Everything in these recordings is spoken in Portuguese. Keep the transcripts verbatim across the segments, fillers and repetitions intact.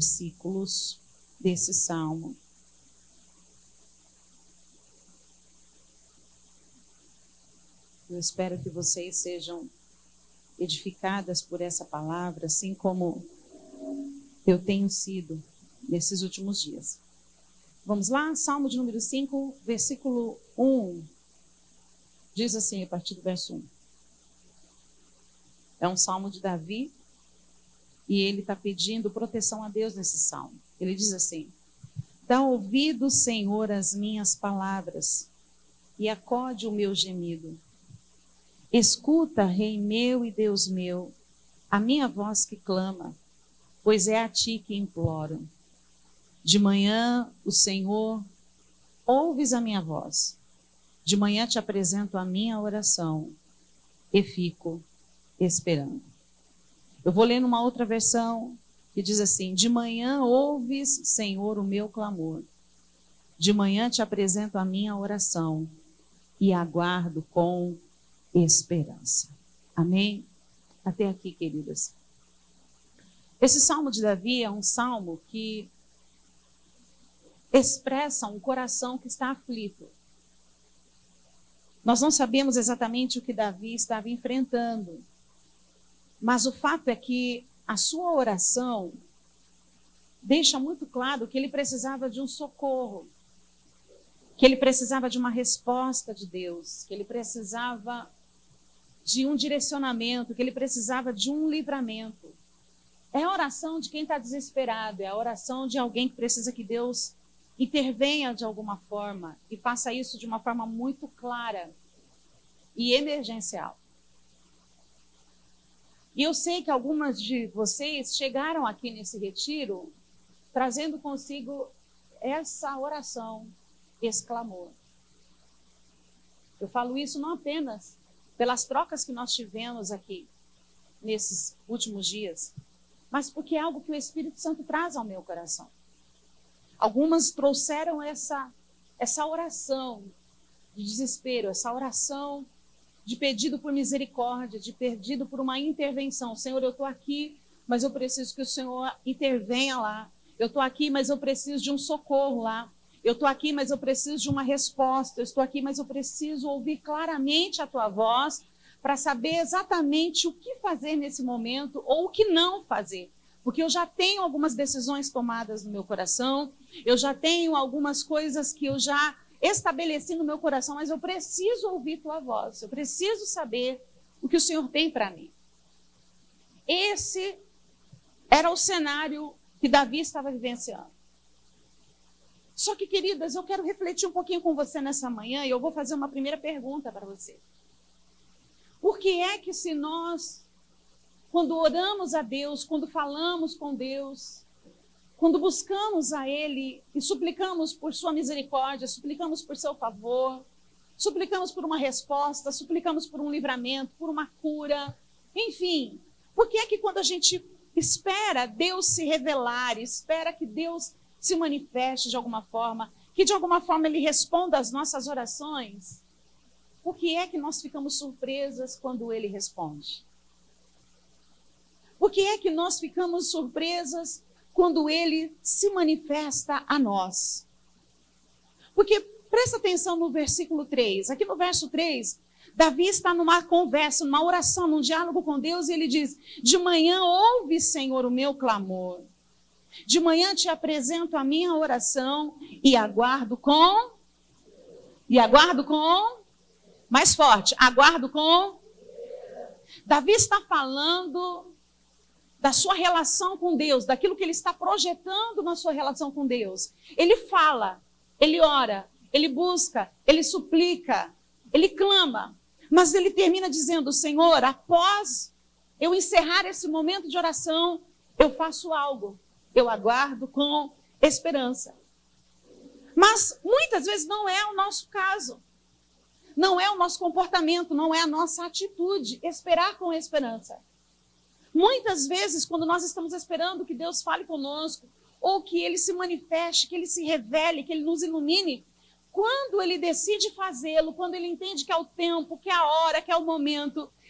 versículos desse salmo. Eu espero que vocês sejam edificadas por essa palavra, assim como eu tenho sido nesses últimos dias. Vamos lá? Salmo de número cinco, versículo um. Diz assim, a partir do verso um. É um salmo de Davi e ele está pedindo proteção a Deus nesse salmo. Ele diz assim: dá ouvido, Senhor, às minhas palavras e acode o meu gemido. Escuta, Rei meu e Deus meu, a minha voz que clama, pois é a ti que imploro. De manhã, o Senhor, ouves a minha voz. De manhã te apresento a minha oração e fico esperando. Eu vou ler numa outra versão que diz assim: de manhã ouves, Senhor, o meu clamor. De manhã te apresento a minha oração e aguardo com esperança. Amém? Até aqui, queridas. Esse salmo de Davi é um salmo que expressa um coração que está aflito. Nós não sabemos exatamente o que Davi estava enfrentando, mas o fato é que a sua oração deixa muito claro que ele precisava de um socorro, que ele precisava de uma resposta de Deus, que ele precisava de um direcionamento, que ele precisava de um livramento. É a oração de quem está desesperado, é a oração de alguém que precisa que Deus intervenha de alguma forma e faça isso de uma forma muito clara e emergencial. E eu sei que algumas de vocês chegaram aqui nesse retiro trazendo consigo essa oração, esse clamor. Eu falo isso não apenas pelas trocas que nós tivemos aqui nesses últimos dias, mas porque é algo que o Espírito Santo traz ao meu coração. Algumas trouxeram essa, essa oração de desespero, essa oração de pedido por misericórdia, de pedido por uma intervenção. Senhor, eu estou aqui, mas eu preciso que o Senhor intervenha lá. Eu estou aqui, mas eu preciso de um socorro lá. Eu estou aqui, mas eu preciso de uma resposta. Eu estou aqui, mas eu preciso ouvir claramente a tua voz para saber exatamente o que fazer nesse momento ou o que não fazer. Porque eu já tenho algumas decisões tomadas no meu coração, eu já tenho algumas coisas que eu já estabeleci no meu coração, mas eu preciso ouvir tua voz, eu preciso saber o que o Senhor tem para mim. Esse era o cenário que Davi estava vivenciando. Só que, queridas, eu quero refletir um pouquinho com você nessa manhã e eu vou fazer uma primeira pergunta para você. Por que é que se nós, quando oramos a Deus, quando falamos com Deus, quando buscamos a Ele e suplicamos por sua misericórdia, suplicamos por seu favor, suplicamos por uma resposta, suplicamos por um livramento, por uma cura, enfim, por que é que quando a gente espera Deus se revelar, espera que Deus se manifeste de alguma forma, que de alguma forma Ele responda às nossas orações, por que é que nós ficamos surpresas quando Ele responde? Por que é que nós ficamos surpresas quando Ele se manifesta a nós? Porque, presta atenção no versículo três. Aqui no verso três, Davi está numa conversa, numa oração, num diálogo com Deus, e ele diz: de manhã ouve, Senhor, o meu clamor. De manhã te apresento a minha oração e aguardo com... E aguardo com... Mais forte. Aguardo com... Davi está falando da sua relação com Deus, daquilo que ele está projetando na sua relação com Deus. Ele fala, ele ora, ele busca, ele suplica, ele clama, mas ele termina dizendo: Senhor, após eu encerrar esse momento de oração, eu faço algo, eu aguardo com esperança. Mas muitas vezes não é o nosso caso, não é o nosso comportamento, não é a nossa atitude, esperar com esperança. Muitas vezes, quando nós estamos esperando que Deus fale conosco, ou que Ele se manifeste, que Ele se revele, que Ele nos ilumine, quando Ele decide fazê-lo, quando Ele entende que é o tempo, que é a hora, que é o momento,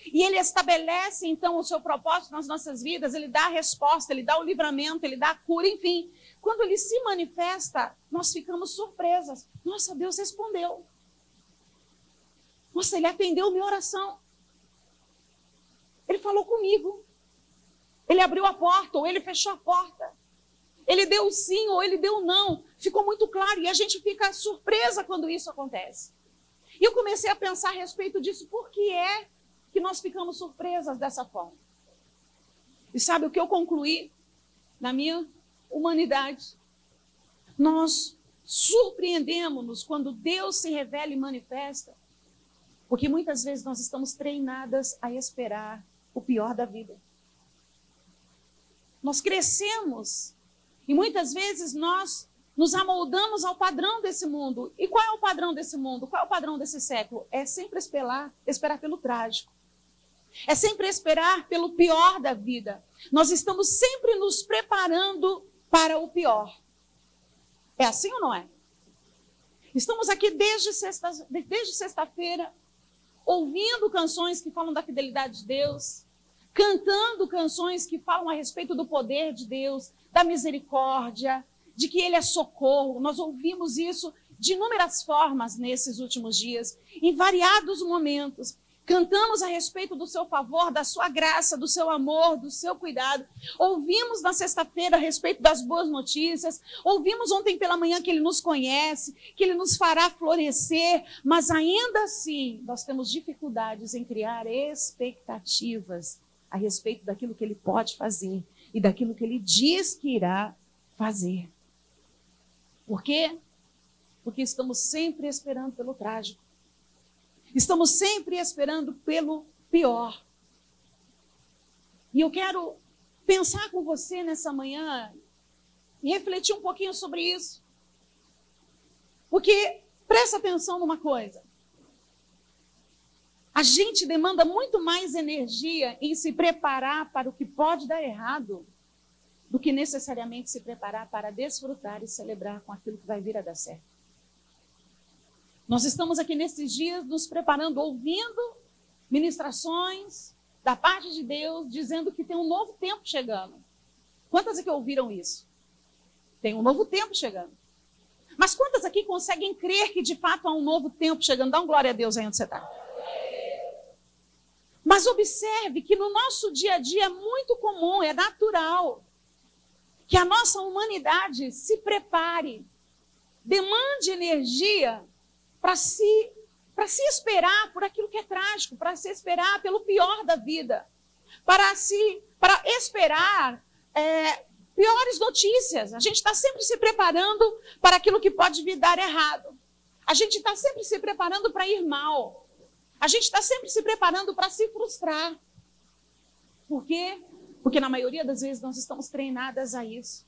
E ele estabelece, então, o seu propósito nas nossas vidas, ele dá a resposta, ele dá o livramento, ele dá a cura, enfim. Quando ele se manifesta, nós ficamos surpresas. Nossa, Deus respondeu. Nossa, ele atendeu minha oração. Ele falou comigo. Ele abriu a porta, ou ele fechou a porta. Ele deu sim, ou ele deu não. Ficou muito claro, e a gente fica surpresa quando isso acontece. E eu comecei a pensar a respeito disso. Por que é que nós ficamos surpresas dessa forma? E sabe o que eu concluí na minha humanidade? Nós surpreendemos-nos quando Deus se revela e manifesta, porque muitas vezes nós estamos treinadas a esperar o pior da vida. Nós crescemos e muitas vezes nós nos amoldamos ao padrão desse mundo. E qual é o padrão desse mundo? Qual é o padrão desse século? É sempre esperar, esperar pelo trágico. É sempre esperar pelo pior da vida. Nós estamos sempre nos preparando para o pior. É assim ou não é? Estamos aqui desde sexta, desde sexta-feira, ouvindo canções que falam da fidelidade de Deus, cantando canções que falam a respeito do poder de Deus, da misericórdia, de que Ele é socorro. Nós ouvimos isso de inúmeras formas nesses últimos dias, em variados momentos. Cantamos a respeito do seu favor, da sua graça, do seu amor, do seu cuidado. Ouvimos na sexta-feira a respeito das boas notícias. Ouvimos ontem pela manhã que Ele nos conhece, que Ele nos fará florescer. Mas ainda assim, nós temos dificuldades em criar expectativas a respeito daquilo que Ele pode fazer e daquilo que Ele diz que irá fazer. Por quê? Porque estamos sempre esperando pelo trágico. Estamos sempre esperando pelo pior. E eu quero pensar com você nessa manhã e refletir um pouquinho sobre isso. Porque, presta atenção numa coisa. A gente demanda muito mais energia em se preparar para o que pode dar errado do que necessariamente se preparar para desfrutar e celebrar com aquilo que vai vir a dar certo. Nós estamos aqui nesses dias nos preparando, ouvindo ministrações da parte de Deus, dizendo que tem um novo tempo chegando. Quantas aqui ouviram isso? Tem um novo tempo chegando. Mas quantas aqui conseguem crer que de fato há um novo tempo chegando? Dá um glória a Deus aí onde você está. Mas observe que no nosso dia a dia é muito comum, é natural, que a nossa humanidade se prepare, demande energia para se, para se esperar por aquilo que é trágico, para se esperar pelo pior da vida, para, se, para esperar é, piores notícias. A gente está sempre se preparando para aquilo que pode vir dar errado. A gente está sempre se preparando para ir mal. A gente está sempre se preparando para se frustrar. Por quê? Porque na maioria das vezes nós estamos treinadas a isso.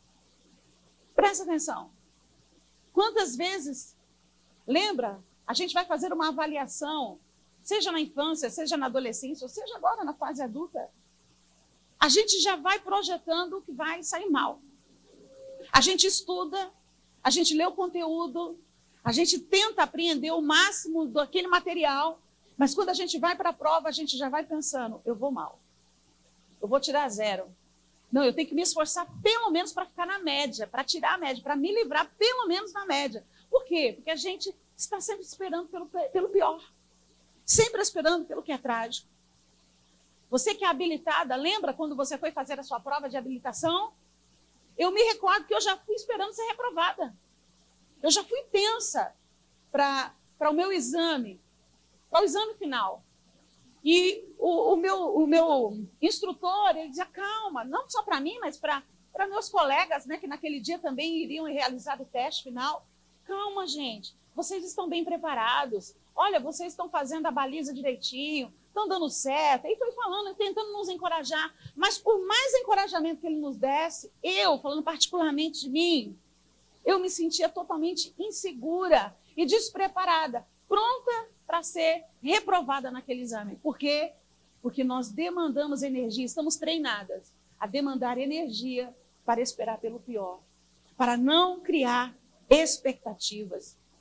Presta atenção. Quantas vezes, lembra, a gente vai fazer uma avaliação, seja na infância, seja na adolescência, ou seja agora na fase adulta, a gente já vai projetando o que vai sair mal. A gente estuda, a gente lê o conteúdo, a gente tenta apreender o máximo daquele material, mas quando a gente vai para a prova, a gente já vai pensando, eu vou mal. Eu vou tirar zero. Não, eu tenho que me esforçar pelo menos para ficar na média, para tirar a média, para me livrar pelo menos na média. Por quê? Porque a gente está sempre esperando pelo, pelo pior. Sempre esperando pelo que é trágico. Você que é habilitada, lembra quando você foi fazer a sua prova de habilitação? Eu me recordo que eu já fui esperando ser reprovada. Eu já fui tensa para o meu exame, para o exame final. E o, o, meu, o meu instrutor, ele dizia, calma, não só para mim, mas para meus colegas, né, que naquele dia também iriam realizar o teste final. Calma, gente, vocês estão bem preparados. Olha, vocês estão fazendo a baliza direitinho, estão dando certo. E foi falando, tentando nos encorajar. Mas por mais encorajamento que ele nos desse, eu, falando particularmente de mim, eu me sentia totalmente insegura e despreparada, pronta para ser reprovada naquele exame. Por quê? Porque nós demandamos energia, estamos treinadas a demandar energia para esperar pelo pior, para não criar expectativas.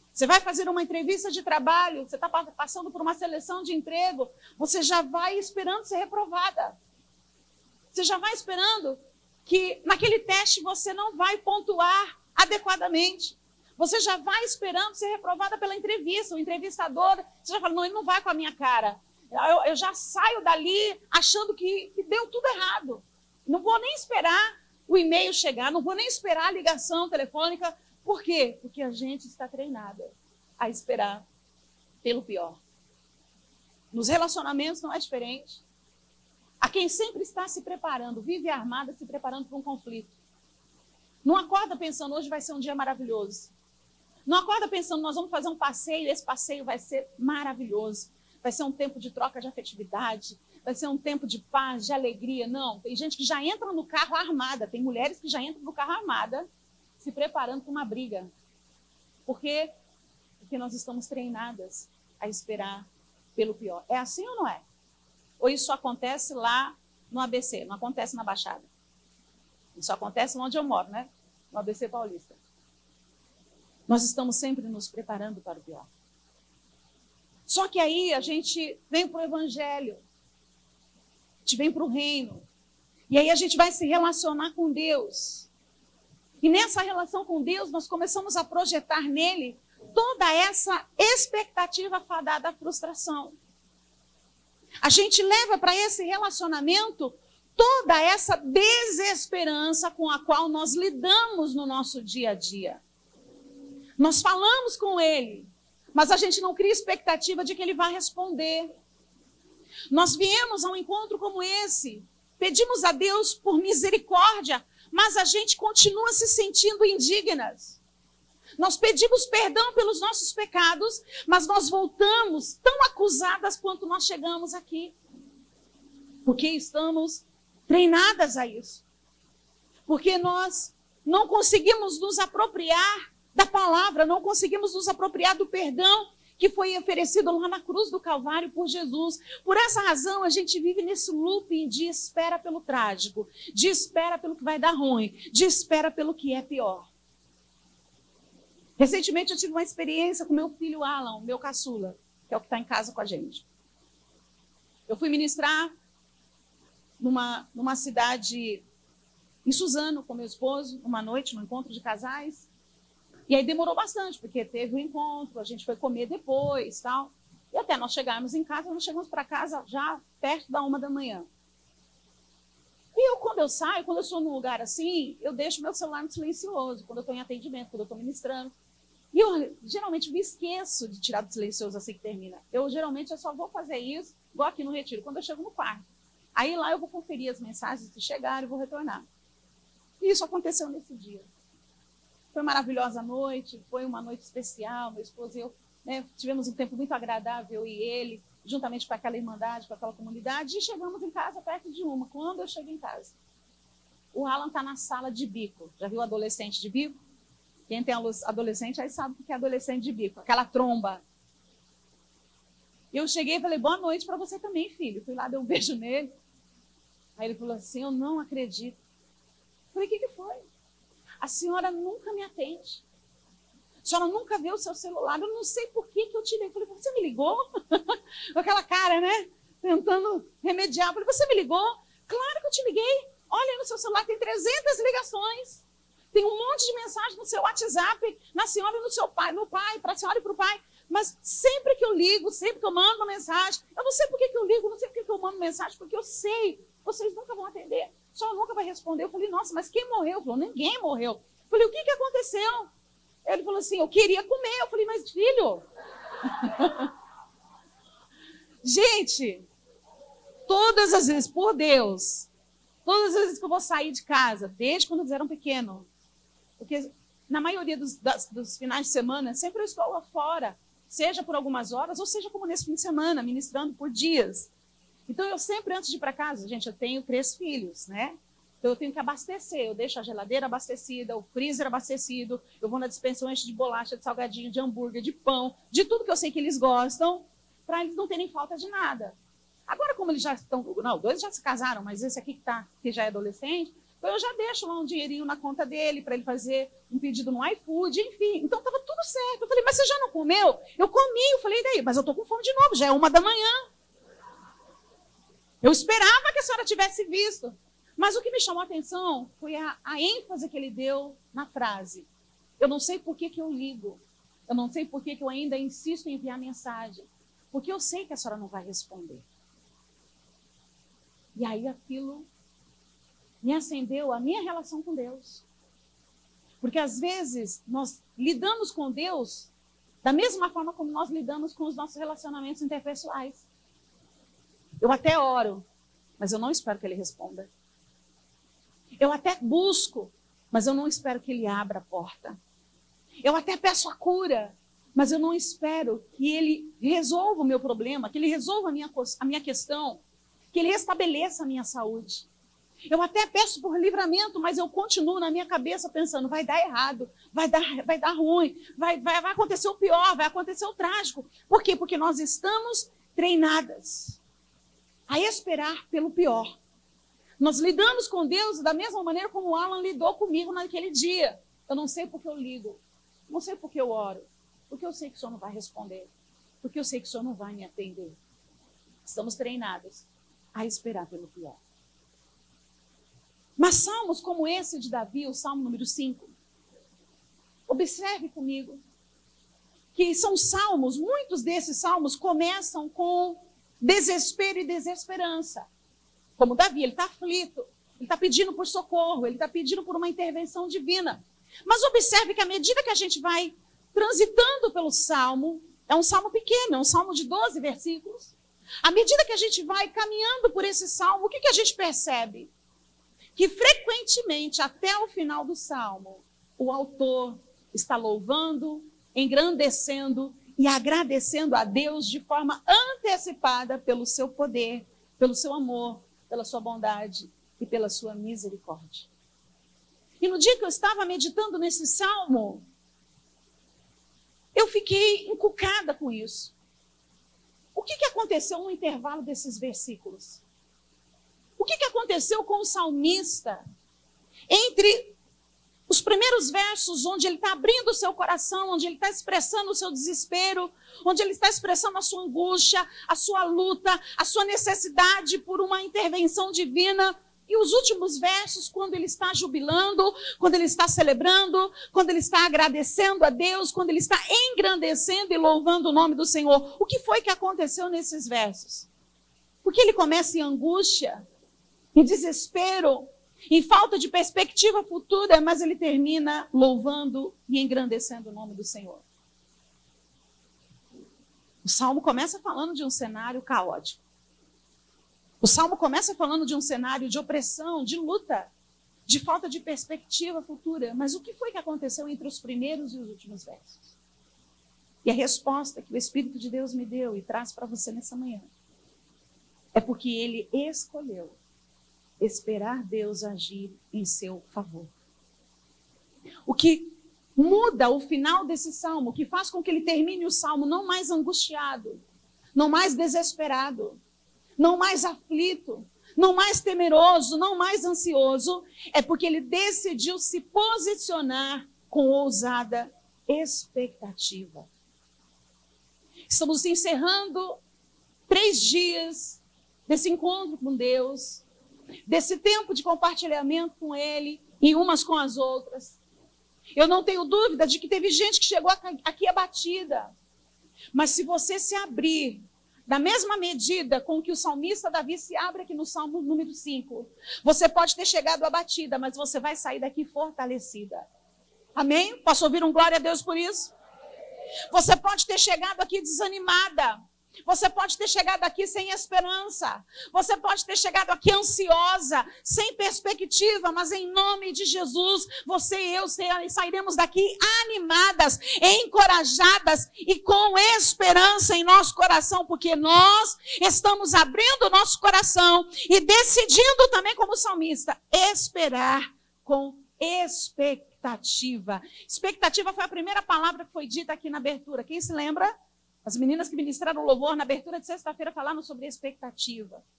Você vai fazer uma entrevista de trabalho, você está passando por uma seleção de emprego, você já vai esperando ser reprovada. Você já vai esperando que naquele teste você não vai pontuar adequadamente. Você já vai esperando ser reprovada pela entrevista. O entrevistador, você já fala, não, ele não vai com a minha cara. Eu, eu já saio dali achando que, que deu tudo errado. Não vou nem esperar o e-mail chegar, não vou nem esperar a ligação telefônica. Por quê? Porque a gente está treinada a esperar pelo pior. Nos relacionamentos não é diferente. A quem sempre está se preparando, vive armada, se preparando para um conflito. Não acorda pensando, hoje vai ser um dia maravilhoso. Não acorda pensando, nós vamos fazer um passeio, esse passeio vai ser maravilhoso. Vai ser um tempo de troca de afetividade, vai ser um tempo de paz, de alegria. Não, tem gente que já entra no carro armada, tem mulheres que já entram no carro armada, se preparando para uma briga. Por quê? Porque nós estamos treinadas a esperar pelo pior. É assim ou não é? Ou isso só acontece lá no A B C, não acontece na Baixada? Isso acontece onde eu moro, né? No A B C Paulista. Nós estamos sempre nos preparando para o pior. Só que aí a gente vem para o Evangelho, a gente vem para o reino, e aí a gente vai se relacionar com Deus. E nessa relação com Deus, nós começamos a projetar nele toda essa expectativa fadada à frustração. A gente leva para esse relacionamento toda essa desesperança com a qual nós lidamos no nosso dia a dia. Nós falamos com ele, mas a gente não cria expectativa de que ele vai responder. Nós viemos a um encontro como esse, pedimos a Deus por misericórdia, mas a gente continua se sentindo indignas. Nós pedimos perdão pelos nossos pecados, mas nós voltamos tão acusadas quanto nós chegamos aqui. Porque estamos treinadas a isso. Porque nós não conseguimos nos apropriar da palavra, não conseguimos nos apropriar do perdão que foi oferecido lá na cruz do Calvário por Jesus. Por essa razão, a gente vive nesse looping de espera pelo trágico, de espera pelo que vai dar ruim, de espera pelo que é pior. Recentemente eu tive uma experiência com meu filho Alan, meu caçula, que é o que está em casa com a gente. Eu fui ministrar numa, numa cidade em Suzano com meu esposo, uma noite, num encontro de casais. E aí demorou bastante, porque teve o um encontro, a gente foi comer depois, tal. E até nós chegarmos em casa, nós chegamos para casa já perto da uma da manhã. E eu, quando eu saio, quando eu estou num lugar assim, eu deixo meu celular no silencioso, quando eu estou em atendimento, quando eu estou ministrando. E eu geralmente me esqueço de tirar do silencioso assim que termina. Eu geralmente eu só vou fazer isso, igual aqui no retiro, quando eu chego no quarto. Aí lá eu vou conferir as mensagens que chegaram e vou retornar. E isso aconteceu nesse dia. Foi maravilhosa a noite, foi uma noite especial, meu esposo e eu, né, tivemos um tempo muito agradável, eu e ele, juntamente com aquela irmandade, com aquela comunidade, e chegamos em casa perto de uma. Quando eu chego em casa, o Alan está na sala de bico. Já viu adolescente de bico? Quem tem adolescente aí sabe o que é adolescente de bico, aquela tromba. Eu cheguei e falei, boa noite para você também, filho. Fui lá, dei um beijo nele. Aí ele falou assim, eu não acredito. Eu falei, o que, que foi? A senhora nunca me atende. A senhora nunca vê o seu celular. Eu não sei por que, que eu te liguei. Eu falei, você me ligou? Com aquela cara, né? Tentando remediar. Eu falei, você me ligou? Claro que eu te liguei. Olha aí no seu celular, tem trezentas ligações. Tem um monte de mensagem no seu WhatsApp, na senhora e no seu pai, no pai, para a senhora e para o pai. Mas sempre que eu ligo, sempre que eu mando uma mensagem, eu não sei por que, que eu ligo, não sei por que, que eu mando mensagem, porque eu sei, vocês nunca vão atender. A senhora nunca vai responder. Eu falei, nossa, mas quem morreu? Ele falou, ninguém morreu. Eu falei, o que, que aconteceu? Ele falou assim, eu queria comer. Eu falei, mas filho... Gente, todas as vezes, por Deus, todas as vezes que eu vou sair de casa, desde quando eles eram pequenos, porque na maioria dos, das, dos finais de semana, sempre eu estou lá fora, seja por algumas horas, ou seja como nesse fim de semana, ministrando por dias. Então, eu sempre, antes de ir para casa, gente, eu tenho três filhos, né? Então, eu tenho que abastecer. Eu deixo a geladeira abastecida, o freezer abastecido, eu vou na despensa, eu encho de bolacha, de salgadinho, de hambúrguer, de pão, de tudo que eu sei que eles gostam, para eles não terem falta de nada. Agora, como eles já estão... Não, dois já se casaram, mas esse aqui que, tá, que já é adolescente, Então eu já deixo lá um dinheirinho na conta dele para ele fazer um pedido no iFood, enfim. Então estava tudo certo. Eu falei, mas você já não comeu? Eu comi. Eu falei, daí? Mas eu estou com fome de novo, já é uma da manhã. Eu esperava que a senhora tivesse visto. Mas o que me chamou a atenção foi a, a ênfase que ele deu na frase. Eu não sei por que, que eu ligo. Eu não sei por que, que eu ainda insisto em enviar mensagem. Porque eu sei que a senhora não vai responder. E aí aquilo me acendeu a minha relação com Deus. Porque às vezes nós lidamos com Deus da mesma forma como nós lidamos com os nossos relacionamentos interpessoais. Eu até oro, mas eu não espero que Ele responda. Eu até busco, mas eu não espero que Ele abra a porta. Eu até peço a cura, mas eu não espero que Ele resolva o meu problema, que Ele resolva a minha, a minha questão, que Ele restabeleça a minha saúde. Eu até peço por livramento, mas eu continuo na minha cabeça pensando, vai dar errado, vai dar, vai dar ruim, vai, vai, vai acontecer o pior, vai acontecer o trágico. Por quê? Porque nós estamos treinadas a esperar pelo pior. Nós lidamos com Deus da mesma maneira como o Alan lidou comigo naquele dia. Eu não sei porque eu ligo, não sei porque eu oro, porque eu sei que o Senhor não vai responder, porque eu sei que o Senhor não vai me atender. Estamos treinadas a esperar pelo pior. Mas salmos como esse de Davi, o salmo número cinco, observe comigo, que são salmos, muitos desses salmos começam com desespero e desesperança. Como Davi, ele está aflito, ele está pedindo por socorro, ele está pedindo por uma intervenção divina. Mas observe que à medida que a gente vai transitando pelo salmo, é um salmo pequeno, é um salmo de doze versículos, à medida que a gente vai caminhando por esse salmo, o que, que a gente percebe? Que frequentemente, até o final do salmo, o autor está louvando, engrandecendo e agradecendo a Deus de forma antecipada pelo seu poder, pelo seu amor, pela sua bondade e pela sua misericórdia. E no dia que eu estava meditando nesse salmo, eu fiquei encucada com isso. O que, que aconteceu no intervalo desses versículos? O que, que aconteceu com o salmista entre os primeiros versos, onde ele está abrindo o seu coração, onde ele está expressando o seu desespero, onde ele está expressando a sua angústia, a sua luta, a sua necessidade por uma intervenção divina, e os últimos versos, quando ele está jubilando, quando ele está celebrando, quando ele está agradecendo a Deus, quando ele está engrandecendo e louvando o nome do Senhor. O que foi que aconteceu nesses versos? Porque ele começa em angústia, em desespero, em falta de perspectiva futura, mas ele termina louvando e engrandecendo o nome do Senhor. O Salmo começa falando de um cenário caótico. O Salmo começa falando de um cenário de opressão, de luta, de falta de perspectiva futura. Mas o que foi que aconteceu entre os primeiros e os últimos versos? E a resposta que o Espírito de Deus me deu e traz para você nessa manhã é porque ele escolheu esperar Deus agir em seu favor. O que muda o final desse salmo, o que faz com que ele termine o salmo não mais angustiado, não mais desesperado, não mais aflito, não mais temeroso, não mais ansioso, é porque ele decidiu se posicionar com ousada expectativa. Estamos encerrando três dias desse encontro com Deus, desse tempo de compartilhamento com Ele, e umas com as outras. Eu não tenho dúvida de que teve gente que chegou aqui abatida. Mas se você se abrir, da mesma medida com que o salmista Davi se abre aqui no Salmo número cinco, você pode ter chegado abatida, mas você vai sair daqui fortalecida. Amém? Posso ouvir um glória a Deus por isso? Você pode ter chegado aqui desanimada. Você pode ter chegado aqui sem esperança. Você pode ter chegado aqui ansiosa, sem perspectiva, mas em nome de Jesus, você e eu sairemos daqui animadas, encorajadas e com esperança em nosso coração, porque nós estamos abrindo o nosso coração e decidindo também, como salmista, esperar com expectativa. Expectativa foi a primeira palavra que foi dita aqui na abertura. Quem se lembra? As meninas que ministraram louvor na abertura de sexta-feira falaram sobre expectativa.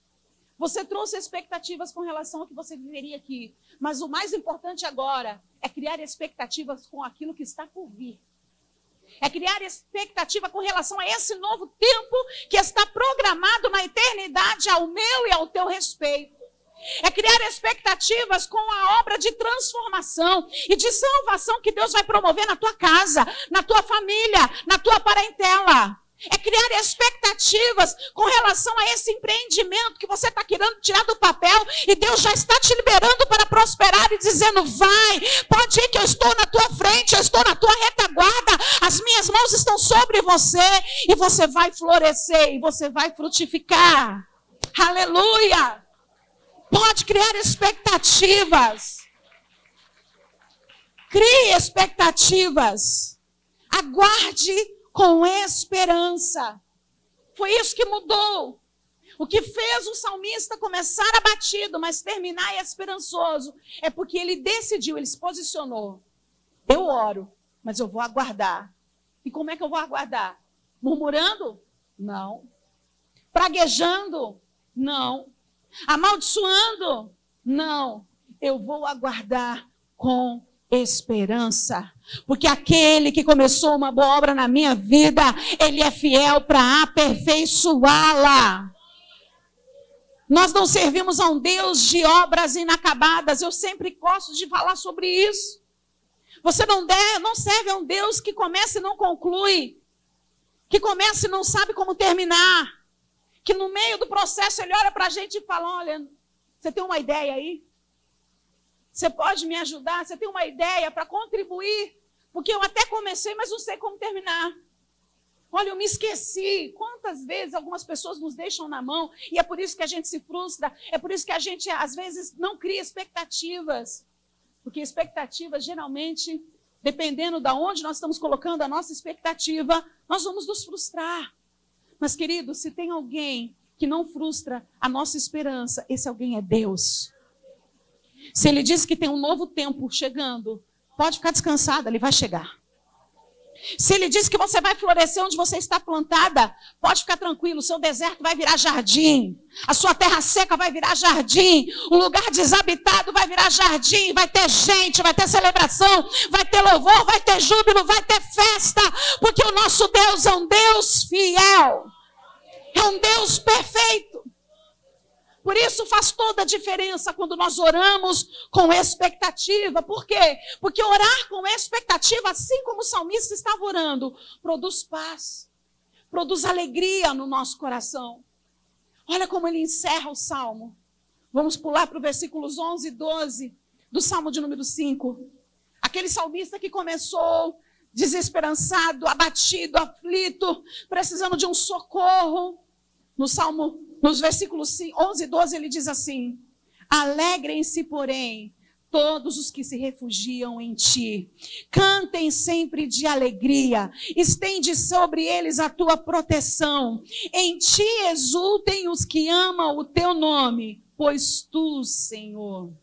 Você trouxe expectativas com relação ao que você viveria aqui. Mas o mais importante agora é criar expectativas com aquilo que está por vir. É criar expectativa com relação a esse novo tempo que está programado na eternidade ao meu e ao teu respeito. É criar expectativas com a obra de transformação e de salvação que Deus vai promover na tua casa, na tua família, na tua parentela. É criar expectativas com relação a esse empreendimento que você está querendo tirar do papel e Deus já está te liberando para prosperar e dizendo, vai, pode ir que eu estou na tua frente, eu estou na tua retaguarda, as minhas mãos estão sobre você e você vai florescer e você vai frutificar. Aleluia! Pode criar expectativas. Crie expectativas. Aguarde com esperança. Foi isso que mudou. O que fez o salmista começar abatido, mas terminar esperançoso, é porque ele decidiu, ele se posicionou. Eu oro, mas eu vou aguardar. E como é que eu vou aguardar? Murmurando? Não. Praguejando? Não. Amaldiçoando? Não. Eu vou aguardar com esperança. Porque aquele que começou uma boa obra na minha vida, ele é fiel para aperfeiçoá-la. Nós não servimos a um Deus de obras inacabadas. Eu sempre gosto de falar sobre isso. Você não, deve, não serve a um Deus que começa e não conclui. Que começa e não sabe como terminar. Que no meio do processo ele olha para a gente e fala, olha, você tem uma ideia aí? Você pode me ajudar? Você tem uma ideia para contribuir? Porque eu até comecei, mas não sei como terminar. Olha, eu me esqueci. Quantas vezes algumas pessoas nos deixam na mão e é por isso que a gente se frustra, é por isso que a gente, às vezes, não cria expectativas. Porque expectativas, geralmente, dependendo de onde nós estamos colocando a nossa expectativa, nós vamos nos frustrar. Mas, querido, se tem alguém que não frustra a nossa esperança, esse alguém é Deus. Se ele diz que tem um novo tempo chegando, pode ficar descansada, ele vai chegar. Se ele diz que você vai florescer onde você está plantada, pode ficar tranquilo, o seu deserto vai virar jardim. A sua terra seca vai virar jardim. O lugar desabitado vai virar jardim. Vai ter gente, vai ter celebração, vai ter louvor, vai ter júbilo, vai ter festa. Porque o nosso Deus é um Deus fiel. É um Deus perfeito. Por isso faz toda a diferença quando nós oramos com expectativa. Por quê? Porque orar com expectativa, assim como o salmista estava orando, produz paz, produz alegria no nosso coração. Olha como ele encerra o salmo. Vamos pular para os versículos onze e doze do salmo de número cinco. Aquele salmista que começou desesperançado, abatido, aflito, precisando de um socorro. No salmo, nos versículos onze e doze, ele diz assim: alegrem-se, porém, todos os que se refugiam em ti. Cantem sempre de alegria. Estende sobre eles a tua proteção. Em ti exultem os que amam o teu nome, pois tu, Senhor,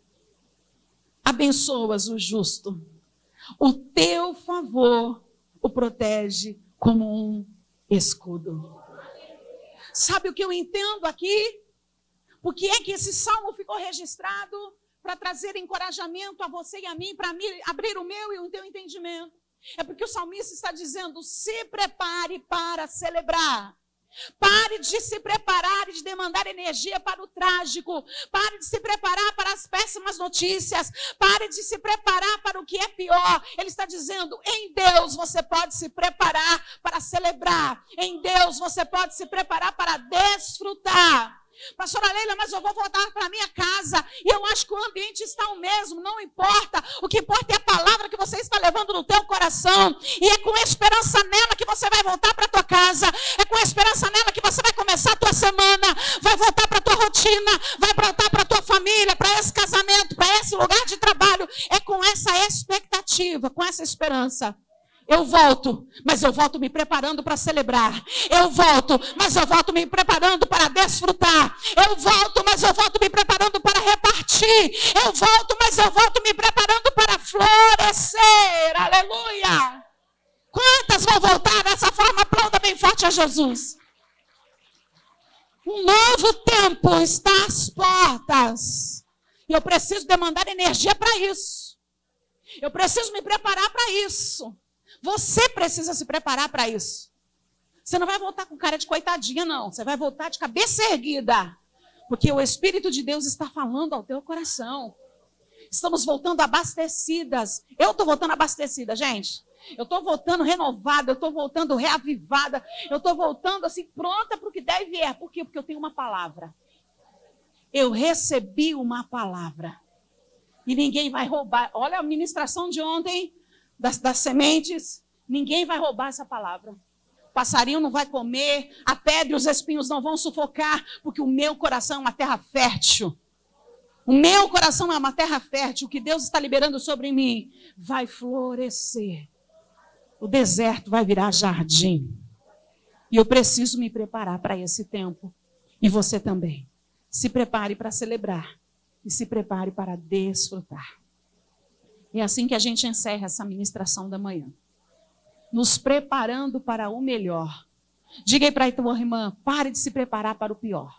abençoas o justo. O teu favor o protege como um escudo. Sabe o que eu entendo aqui? Por que é que esse salmo ficou registrado? Para trazer encorajamento a você e a mim, para abrir o meu e o teu entendimento. É porque o salmista está dizendo, se prepare para celebrar. Pare de se preparar e de demandar energia para o trágico. Pare de se preparar para as péssimas notícias. Pare de se preparar para o que é pior. Ele está dizendo, em Deus você pode se preparar para celebrar. Em Deus você pode se preparar para desfrutar. Pastora Leila, mas eu vou voltar para a minha casa e eu acho que o ambiente está o mesmo, não importa. O que importa é a palavra que você está levando no teu coração. E é com esperança nela que você vai voltar para a tua casa. É com esperança nela que você vai começar a tua semana. Vai voltar para a tua rotina. Vai voltar para a tua família, para esse casamento, para esse lugar de trabalho. É com essa expectativa, com essa esperança. Eu volto, mas eu volto me preparando para celebrar. Eu volto, mas eu volto me preparando para desfrutar. Eu volto, mas eu volto me preparando para repartir. Eu volto, mas eu volto me preparando para florescer. Aleluia! Quantas vão voltar dessa forma? Aplauda bem forte a Jesus. Um novo tempo está às portas. E eu preciso demandar energia para isso. Eu preciso me preparar para isso. Você precisa se preparar para isso. Você não vai voltar com cara de coitadinha, não. Você vai voltar de cabeça erguida. Porque o Espírito de Deus está falando ao teu coração. Estamos voltando abastecidas. Eu estou voltando abastecida, gente. Eu estou voltando renovada, eu estou voltando reavivada. Eu estou voltando assim, pronta para o que deve vir. Por quê? Porque eu tenho uma palavra. Eu recebi uma palavra. E ninguém vai roubar. Olha a ministração de ontem, das, das sementes. Ninguém vai roubar essa palavra. O passarinho não vai comer, a pedra e os espinhos não vão sufocar, porque o meu coração é uma terra fértil. O meu coração é uma terra fértil. O que Deus está liberando sobre mim vai florescer. O deserto vai virar jardim. E eu preciso me preparar para esse tempo. E você também. Se prepare para celebrar. E se prepare para desfrutar. É assim que a gente encerra essa ministração da manhã. Nos preparando para o melhor. Diga aí para a tua irmã, pare de se preparar para o pior.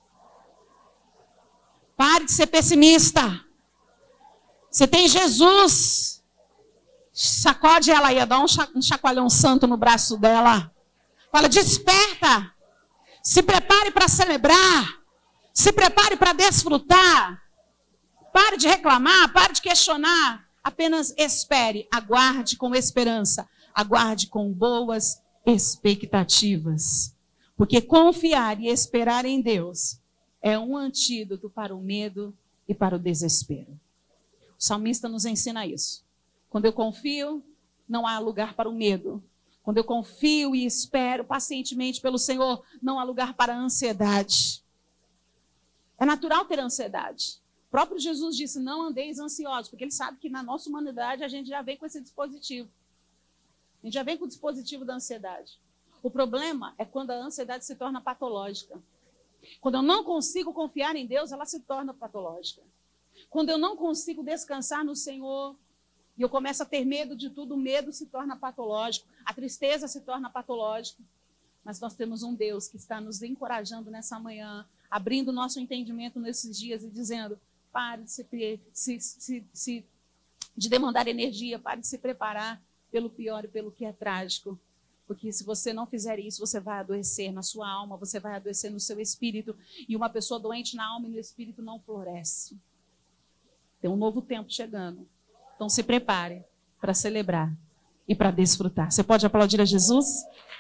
Pare de ser pessimista. Você tem Jesus. Sacode ela aí, dá um chacoalhão santo no braço dela. Fala, desperta. Se prepare para celebrar. Se prepare para desfrutar. Pare de reclamar, pare de questionar. Apenas espere, aguarde com esperança. Aguarde com boas expectativas. Porque confiar e esperar em Deus é um antídoto para o medo e para o desespero. O salmista nos ensina isso. Quando eu confio, não há lugar para o medo. Quando eu confio e espero pacientemente pelo Senhor, não há lugar para a ansiedade. É natural ter ansiedade. O próprio Jesus disse, não andeis ansiosos, porque ele sabe que na nossa humanidade a gente já vem com esse dispositivo. A gente já vem com o dispositivo da ansiedade. O problema é quando a ansiedade se torna patológica. Quando eu não consigo confiar em Deus, ela se torna patológica. Quando eu não consigo descansar no Senhor, e eu começo a ter medo de tudo, o medo se torna patológico, a tristeza se torna patológica. Mas nós temos um Deus que está nos encorajando nessa manhã, abrindo o nosso entendimento nesses dias e dizendo, pare de se, se, se, se, de demandar energia, pare de se preparar pelo pior e pelo que é trágico. Porque se você não fizer isso, você vai adoecer na sua alma, você vai adoecer no seu espírito. E uma pessoa doente na alma e no espírito não floresce. Tem um novo tempo chegando. Então se prepare para celebrar e para desfrutar. Você pode aplaudir a Jesus?